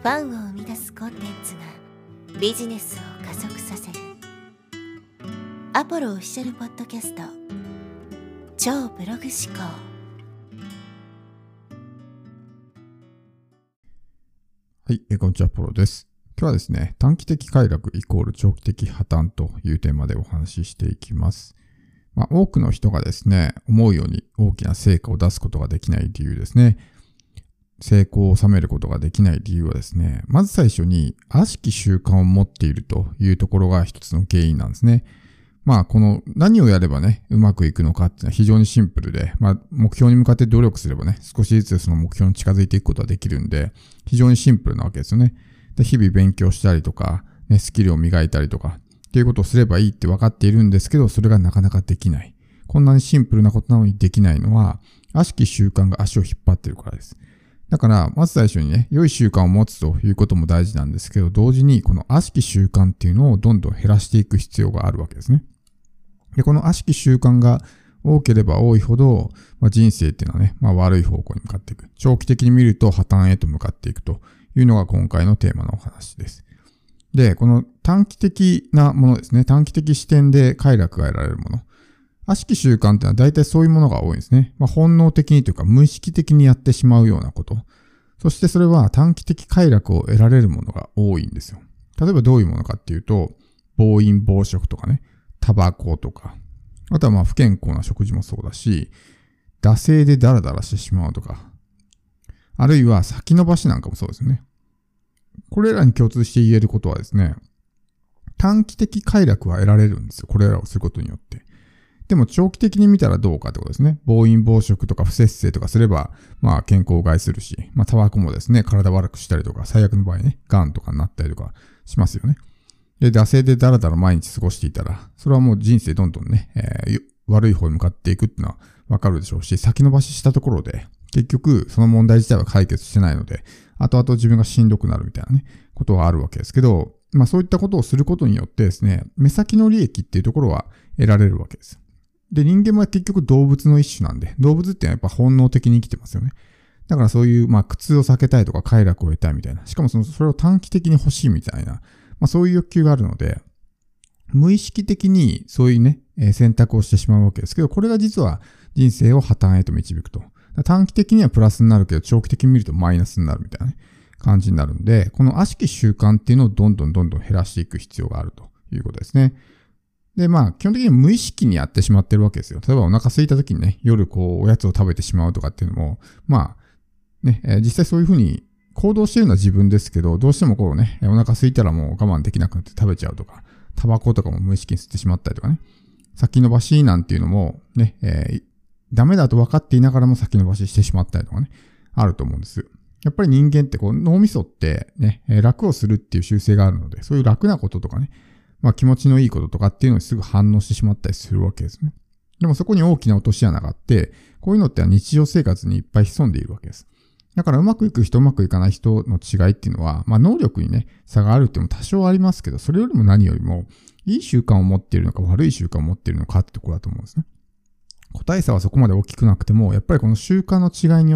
ファンを生み出すコンテンツがビジネスを加速させるアポロオフィシャルポッドキャスト超ブログ思考。 はい、こんにちは、アポロです。今日はですね、短期的快楽イコール長期的破綻というテーマでお話ししていきます。多くの人がですね、思うように大きな成果を出すことができない理由ですね。成功を収めることができない理由はですね、まず最初に悪しき習慣を持っているというところが一つの原因なんですね。この何をやればね、うまくいくのかっていうのは非常にシンプルで、目標に向かって努力すればね、少しずつその目標に近づいていくことができるんで、非常にシンプルなわけですよね。で、日々勉強したりとか、ね、スキルを磨いたりとか、っていうことをすればいいって分かっているんですけど、それがなかなかできない。こんなにシンプルなことなのにできないのは、悪しき習慣が足を引っ張っているからです。だから、まず最初にね、良い習慣を持つということも大事なんですけど、同時にこの悪しき習慣っていうのをどんどん減らしていく必要があるわけですね。で、この悪しき習慣が多ければ多いほど、人生っていうのはね、悪い方向に向かっていく。長期的に見ると破綻へと向かっていくというのが今回のテーマのお話です。で、この短期的なものですね。短期的視点で快楽が得られるもの。悪しき習慣っていうのは大体そういうものが多いんですね。本能的にというか無意識的にやってしまうようなこと。そしてそれは短期的快楽を得られるものが多いんですよ。例えばどういうものかっていうと、暴飲暴食とかね、タバコとか、あとは不健康な食事もそうだし、惰性でダラダラしてしまうとか、あるいは先延ばしなんかもそうですよね。これらに共通して言えることはですね、短期的快楽は得られるんですよ。これらをすることによって。でも長期的に見たらどうかってことですね。暴飲暴食とか不節制とかすれば、健康を害するし、タバコもですね、体悪くしたりとか、最悪の場合ね、癌とかになったりとかしますよね。で、惰性でダラダラ毎日過ごしていたら、それはもう人生どんどんね、悪い方に向かっていくっていうのはわかるでしょうし、先延ばししたところで、結局その問題自体は解決してないので、後々自分がしんどくなるみたいなね、ことがあるわけですけど、そういったことをすることによってですね、目先の利益っていうところは得られるわけです。で、人間も結局動物の一種なんで、動物ってやっぱ本能的に生きてますよね。だからそういう、苦痛を避けたいとか快楽を得たいみたいな。しかもそれを短期的に欲しいみたいな。そういう欲求があるので、無意識的にそういうね、選択をしてしまうわけですけど、これが実は人生を破綻へと導くと。短期的にはプラスになるけど、長期的に見るとマイナスになるみたいな、ね、感じになるんで、この悪しき習慣っていうのをどんどん減らしていく必要があるということですね。で、基本的に無意識にやってしまってるわけですよ。例えばお腹空いた時にね、夜おやつを食べてしまうとかっていうのも、実際そういうふうに行動してるのは自分ですけど、どうしてもお腹空いたらもう我慢できなくなって食べちゃうとか、タバコとかも無意識に吸ってしまったりとかね、先延ばしなんていうのもね、ダメだと分かっていながらも先延ばししてしまったりとかね、あると思うんです。やっぱり人間って脳みそってね、楽をするっていう習性があるので、そういう楽なこととかね、気持ちのいいこととかっていうのにすぐ反応してしまったりするわけですね。でもそこに大きな落とし穴があって、こういうのって日常生活にいっぱい潜んでいるわけです。だからうまくいく人うまくいかない人の違いっていうのは、能力にね、差があるっていうのも多少ありますけど、それよりも何よりも、いい習慣を持っているのか悪い習慣を持っているのかってところだと思うんですね。個体差はそこまで大きくなくても、やっぱりこの習慣の違いによって、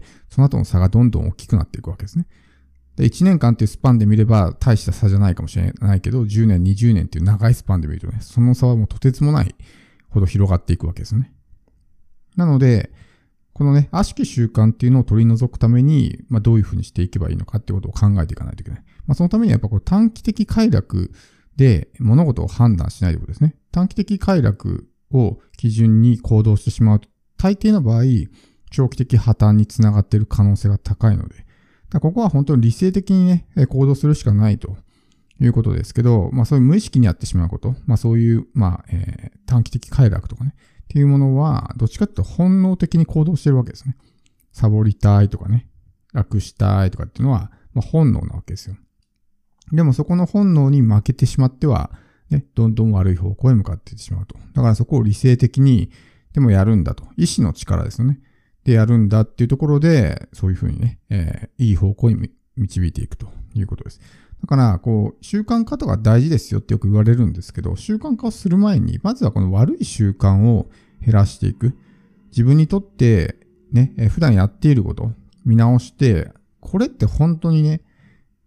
その後の差がどんどん大きくなっていくわけですね。で、1年間っていうスパンで見れば大した差じゃないかもしれないけど、10年、20年っていう長いスパンで見るとね、その差はもうとてつもないほど広がっていくわけですね。なので、このね、悪しき習慣っていうのを取り除くために、どういうふうにしていけばいいのかっていうことを考えていかないといけない。そのためにはやっぱ短期的快楽で物事を判断しないということですね。短期的快楽を基準に行動してしまうと、大抵の場合、長期的破綻につながっている可能性が高いので、ここは本当に理性的にね、行動するしかないということですけど、そういう無意識にやってしまうこと、そういう、短期的快楽とかね、っていうものは、どっちかというと本能的に行動してるわけですね。サボりたいとかね、楽したいとかっていうのは、本能なわけですよ。でもそこの本能に負けてしまっては、ね、どんどん悪い方向へ向かっていってしまうと。だからそこを理性的に、でもやるんだと。意志の力ですよね。でやるんだっていうところで、そういうふうにね、いい方向に導いていくということです。だから、習慣化とか大事ですよってよく言われるんですけど、習慣化をする前に、まずはこの悪い習慣を減らしていく。自分にとってね、普段やっていること、見直して、これって本当にね、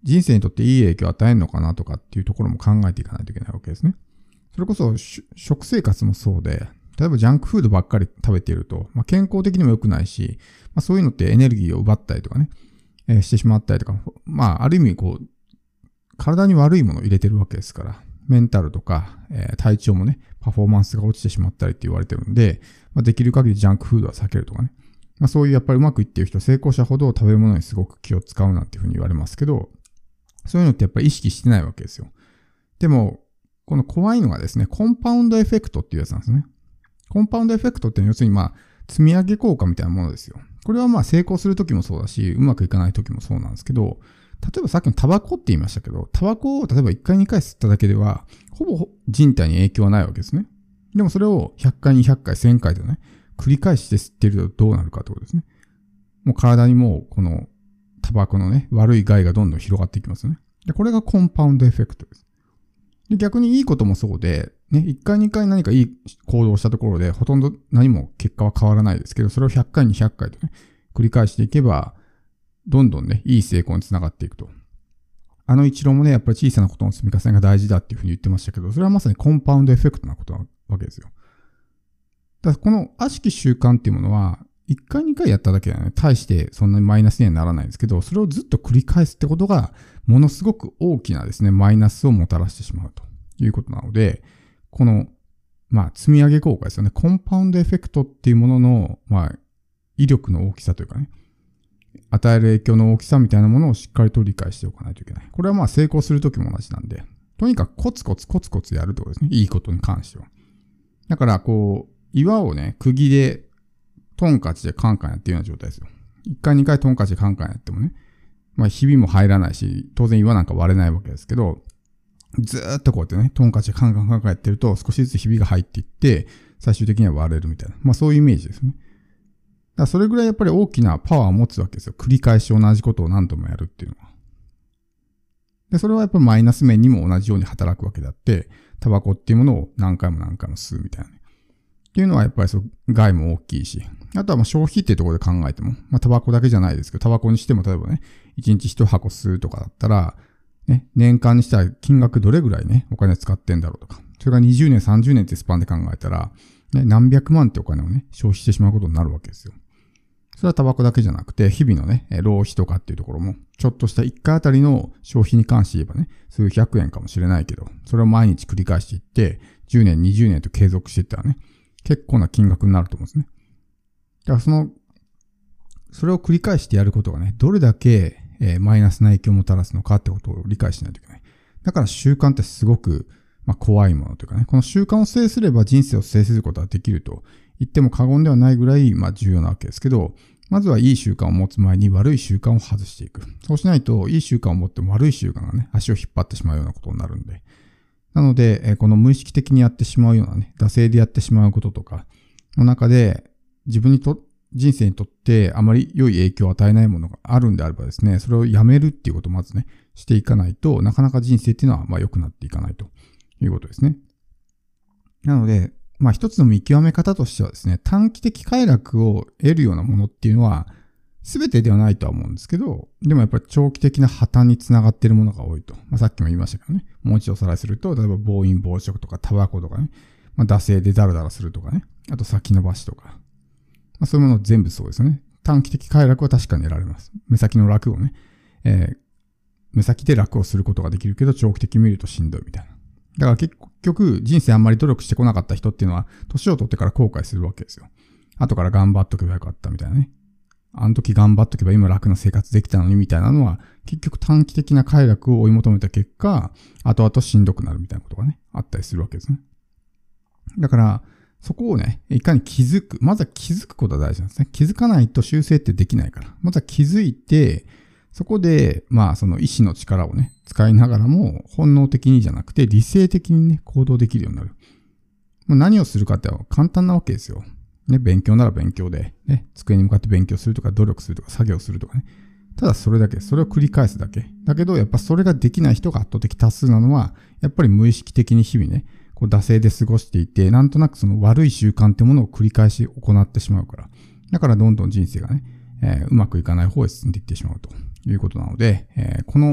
人生にとっていい影響を与えるのかなとかっていうところも考えていかないといけないわけですね。それこそ食生活もそうで、例えばジャンクフードばっかり食べていると、健康的にも良くないし、そういうのってエネルギーを奪ったりとかね、してしまったりとか、ある意味体に悪いものを入れてるわけですから、メンタルとか、体調もね、パフォーマンスが落ちてしまったりって言われてるんで、できる限りジャンクフードは避けるとかね。そういうやっぱりうまくいってる人、成功者ほど食べ物にすごく気を使うなんていうふうに言われますけど、そういうのってやっぱり意識してないわけですよ。でも、この怖いのがですね、コンパウンドエフェクトっていうやつなんですね。コンパウンドエフェクトって要するに積み上げ効果みたいなものですよ。これは成功するときもそうだし、うまくいかないときもそうなんですけど、例えばさっきのタバコって言いましたけど、タバコを例えば1回2回吸っただけでは、ほぼ人体に影響はないわけですね。でもそれを100回200回1000回とね、繰り返して吸っているとどうなるかってことですね。もう体にもうこのタバコのね、悪い害がどんどん広がっていきますよね。で、これがコンパウンドエフェクトです。で、逆にいいこともそうで、ね、1回2回何かいい行動をしたところで、ほとんど何も結果は変わらないですけど、それを100回200回とね、繰り返していけば、どんどんね、いい成功につながっていくと。一郎もね、やっぱり小さなことの積み重ねが大事だっていうふうに言ってましたけど、それはまさにコンパウンドエフェクトなことなわけですよ。だからこの悪しき習慣っていうものは、1回2回やっただけではね、大してそんなにマイナスにはならないんですけど、それをずっと繰り返すってことが、ものすごく大きなですね、マイナスをもたらしてしまうということなので、この、積み上げ効果ですよね。コンパウンドエフェクトっていうものの、威力の大きさというかね、与える影響の大きさみたいなものをしっかりと理解しておかないといけない。これは成功するときも同じなんで、とにかくコツコツコツコツやるってことですね。いいことに関しては。だから、岩をね、釘で、トンカチでカンカンやっていうような状態ですよ。1回2回トンカチでカンカンやってもね、ひびも入らないし、当然岩なんか割れないわけですけど、ずーっとこうやってね、トンカチでカンカンカンカンやってると、少しずつひびが入っていって、最終的には割れるみたいな。そういうイメージですね。だからそれぐらいやっぱり大きなパワーを持つわけですよ。繰り返し同じことを何度もやるっていうのは。で、それはやっぱりマイナス面にも同じように働くわけであって、タバコっていうものを何回も何回も吸うみたいなね。っていうのはやっぱり害も大きいし、あとは消費っていうところで考えても、タバコだけじゃないですけど、タバコにしても例えばね、1日1箱吸うとかだったら、ね、年間にしたら金額どれぐらいね、お金使ってんだろうとか、それが20年、30年ってスパンで考えたら、ね、何百万ってお金をね、消費してしまうことになるわけですよ。それはタバコだけじゃなくて、日々のね、浪費とかっていうところも、ちょっとした1回あたりの消費に関して言えばね、数百円かもしれないけど、それを毎日繰り返していって、10年、20年と継続していったらね、結構な金額になると思うんですね。だからそれを繰り返してやることがね、どれだけ、マイナスな影響をもたらすのかってことを理解しないといけない。だから習慣ってすごく、怖いものというかね、この習慣を制すれば人生を制することができると言っても過言ではないぐらい、重要なわけですけど、まずはいい習慣を持つ前に悪い習慣を外していく。そうしないと、いい習慣を持っても悪い習慣がね、足を引っ張ってしまうようなことになるんで。なので、この無意識的にやってしまうようなね、惰性でやってしまうこととかの中で、人生にとってあまり良い影響を与えないものがあるんであればですね、それをやめるっていうことをまずね、していかないとなかなか人生っていうのは良くなっていかないということですね。なので、一つの見極め方としてはですね、短期的快楽を得るようなものっていうのは全てではないとは思うんですけど、でもやっぱり長期的な破綻につながっているものが多いと。さっきも言いましたけどね、もう一度おさらいすると、例えば暴飲暴食とかタバコとかね、惰性でダラダラするとかね、あと先延ばしとか、そういうもの全部そうですよね。短期的快楽は確かに得られます。目先の楽をね、目先で楽をすることができるけど、長期的に見るとしんどいみたいな。だから結局、人生あんまり努力してこなかった人っていうのは、年を取ってから後悔するわけですよ。後から頑張っとけばよかったみたいなね。あの時頑張っとけば今楽な生活できたのにみたいなのは、結局短期的な快楽を追い求めた結果、後々しんどくなるみたいなことがね、あったりするわけですね。だから、そこをね、いかにまずは気づくことが大事なんですね。気づかないと修正ってできないから。まずは気づいて、そこで、その意志の力をね、使いながらも、本能的にじゃなくて、理性的にね、行動できるようになる。何をするかって簡単なわけですよ。ね、勉強なら勉強で、ね、机に向かって勉強するとか、努力するとか、作業するとかね。ただそれだけ、それを繰り返すだけ。だけど、やっぱそれができない人が圧倒的多数なのは、やっぱり無意識的に日々ね、惰性で過ごしていて、なんとなくその悪い習慣ってものを繰り返し行ってしまうから。だからどんどん人生がね、うまくいかない方へ進んでいってしまうということなので、この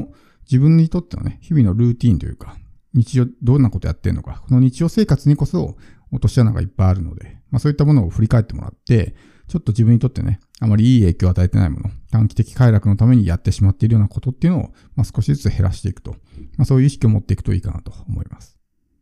自分にとってのね、日々のルーティーンというか、日常どんなことやってんのか、この日常生活にこそ落とし穴がいっぱいあるので、そういったものを振り返ってもらって、ちょっと自分にとってね、あまりいい影響を与えてないもの、短期的快楽のためにやってしまっているようなことっていうのを、少しずつ減らしていくと、そういう意識を持っていくといいかなと思います。